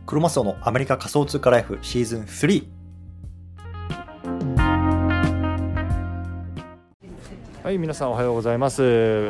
クロマスオのアメリカ仮想通貨ライフシーズン3。 はい、皆さんおはようございます。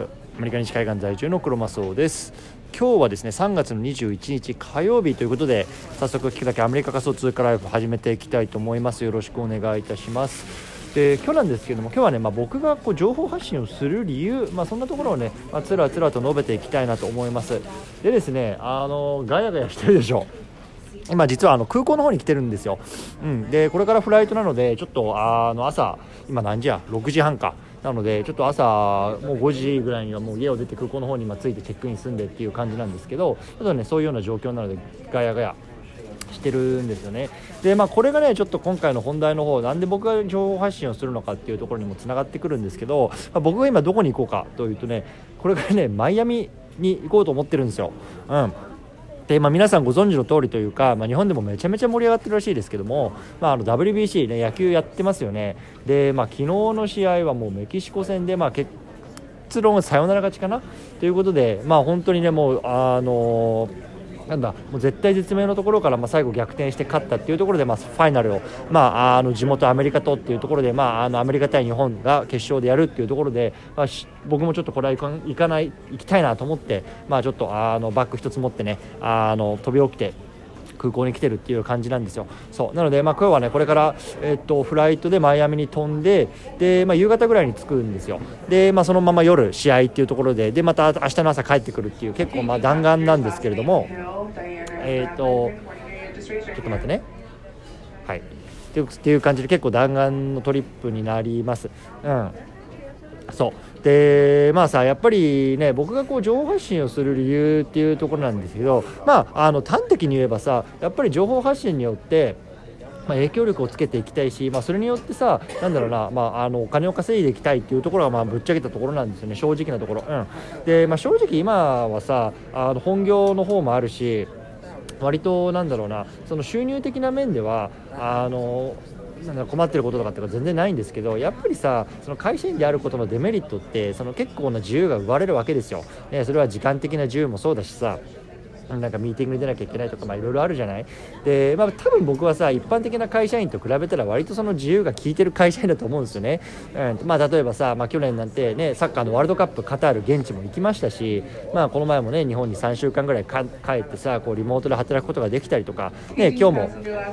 アメリカ西海岸在住のクロマスオです。今日はですね3月の21日火曜日ということで、早速聞くだけアメリカ仮想通貨ライフ始めていきたいと思います。よろしくお願いいたします。で、今日なんですけども、今日はね、僕が情報発信をする理由、そんなところをね、つらつらと述べていきたいなと思います。でですね、ガヤガヤしてるでしょ。今実は空港の方に来てるんですよ。でこれからフライトなので、ちょっと朝今何時や6時半かなので、ちょっと朝もう5時ぐらいにはもう家を出て空港の方に着いてチェックイン済んでっていう感じなんですけど、ちょっとねそういうような状況なのでガヤガヤしてるんですよね。でこれがねちょっと今回の本題の方、なんで僕が情報発信をするのかっていうところにもつながってくるんですけど、僕が今どこに行こうかというとね、これからねマイアミに行こうと思ってるんですよ。で皆さんご存知の通りというか、日本でもめちゃめちゃ盛り上がってるらしいですけども、WBC ね野球やってますよね。で昨日の試合はもうメキシコ戦で結論サヨナラ勝ちかなということで、本当にねもうもう絶対絶命のところから最後逆転して勝ったっていうところで、ファイナルを、地元アメリカとっていうところで、アメリカ対日本が決勝でやるっていうところで、僕もちょっとこれは行きたいなと思って、ちょっとバッグ一つ持ってね飛び起きて空港に来てるっていう感じなんですよ。そうなので、今日はねこれから、フライトでマイアミに飛んで、夕方ぐらいに着くんですよ。で、そのまま夜試合っていうところで、また明日の朝帰ってくるっていう、結構弾丸なんですけれども、ちょっと待ってね、はいっていう感じで結構弾丸のトリップになります。そうでやっぱりね、僕が情報発信をする理由っていうところなんですけど、端的に言えばやっぱり情報発信によって影響力をつけていきたいし、それによってお金を稼いでいきたいっていうところがぶっちゃけたところなんですよね、正直なところ。で、正直今は本業の方もあるし、割とその収入的な面では困ってることとかって全然ないんですけど、やっぱりその会社員であることのデメリットって、結構な自由が奪われるわけですよ、それは時間的な自由もそうだしミーティングに出なきゃいけないとかいろいろあるじゃない。で、多分僕は一般的な会社員と比べたら割とその自由が効いてる会社員だと思うんですよね。例えば去年なんてね、サッカーのワールドカップカタール現地も行きましたし、この前もね日本に3週間ぐらい帰ってリモートで働くことができたりとかね、今日も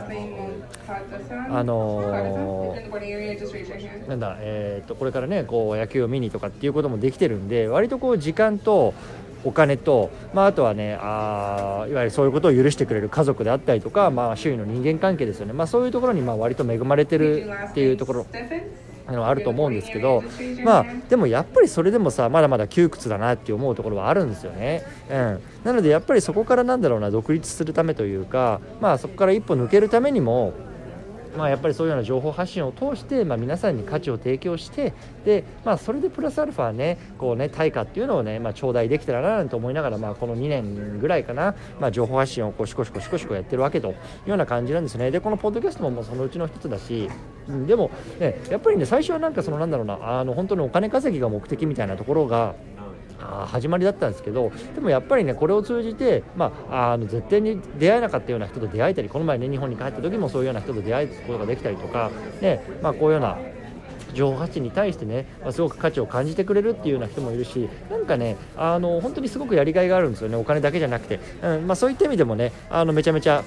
これからね野球を見にとかっていうこともできてるんで、割と時間とお金と、あとはねいわゆるそういうことを許してくれる家族であったりとか、周囲の人間関係ですよね。そういうところに割と恵まれてるっていうところあると思うんですけど、でもやっぱりそれでもまだまだ窮屈だなって思うところはあるんですよね。なのでやっぱりそこから独立するためというか、そこから一歩抜けるためにも、やっぱりそういうような情報発信を通して、皆さんに価値を提供して、で、それでプラスアルファね対価っていうのをね、頂戴できたらななんて思いながら、この2年ぐらいかな、情報発信をシコシコやってるわけというような感じなんですね。でこのポッドキャストもそのうちの一つだし、でもねやっぱりね、最初は本当にお金稼ぎが目的みたいなところが始まりだったんですけど、でもやっぱりねこれを通じて、絶対に出会えなかったような人と出会えたり、この前ね日本に帰った時もそういうような人と出会えることができたりとかね、こういうような情報発信に対してね、すごく価値を感じてくれるっていうような人もいるし、本当にすごくやりがいがあるんですよね、お金だけじゃなくて。そういった意味でもねめちゃめちゃ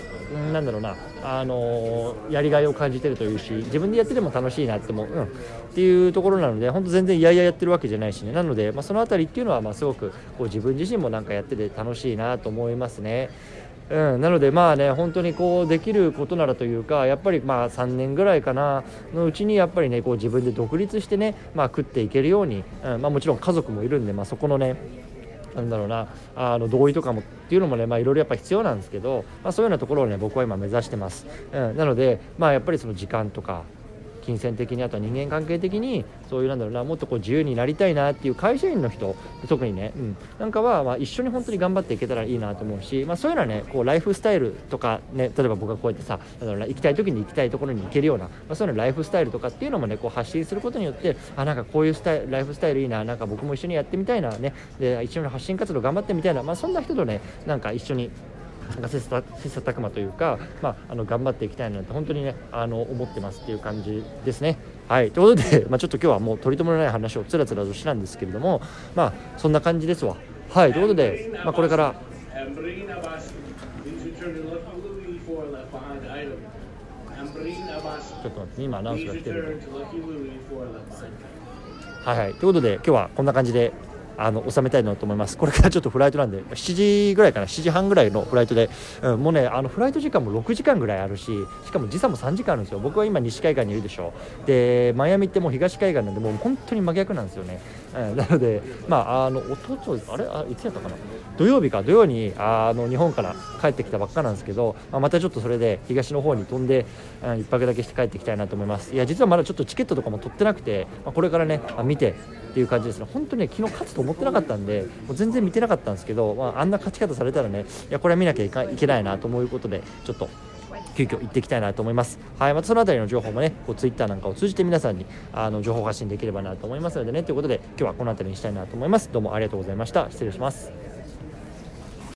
やりがいを感じてるというし、自分でやってても楽しいなって思う、っていうところなので、本当全然いやいややってるわけじゃないしね。なので、そのあたりっていうのはすごく自分自身もやってて楽しいなと思いますね。なので本当にできることならというか、やっぱり3年ぐらいかなのうちにやっぱりね自分で独立してね、食っていけるように、もちろん家族もいるんで、そこのね同意とかもっていうのもね、いろいろやっぱ必要なんですけど、そういうようなところをね僕は今目指してます。なのでやっぱりその時間とか金銭的に、あとは人間関係的に、そういうもっと自由になりたいなっていう会社員の人、特にね、は一緒に本当に頑張っていけたらいいなと思うし、そういうのはねライフスタイルとかね、例えば僕がこうやって行きたい時に行きたいところに行けるような、そういうのライフスタイルとかっていうのもね発信することによって、こういうライフスタイルいいな、僕も一緒にやってみたいなね、で一緒に発信活動頑張ってみたいな、そんな人とね一緒になんか切磋琢磨というか、頑張っていきたいなと本当にね思ってますっていう感じですね。はい、ということで、ちょっと今日はもう取り留めのない話をつらつらとしたんですけれども、そんな感じですわ。はい、ということで、これからちょっと待って、今アナウンスが来てるんで、ということで今日はこんな感じで収めたいなと思います。これからちょっとフライトなんで7時ぐらいかな、7時半ぐらいのフライトで、もうねフライト時間も6時間ぐらいあるし、しかも時差も3時間あるんですよ。僕は今西海岸にいるでしょ。でマイアミってもう東海岸なんで、もう本当に真逆なんですよね。なのでおとといいつやったかな、土曜に日本から帰ってきたばっかなんですけど、またちょっとそれで東の方に飛んで一泊だけして帰ってきたいなと思います。いや実はまだちょっとチケットとかも取ってなくて、これからね見てっていう感じですね。本当にね昨日勝つと思ってなかったんで、もう全然見てなかったんですけど、あんな勝ち方されたらね、いやこれは見なきゃいけないなということで、ちょっと急遽行ってきたいなと思います。はい、またそのあたりの情報もねツイッターなんかを通じて皆さんに情報発信できればなと思いますのでね、ということで今日はこのあたりにしたいなと思います。どうもありがとうございました。失礼します。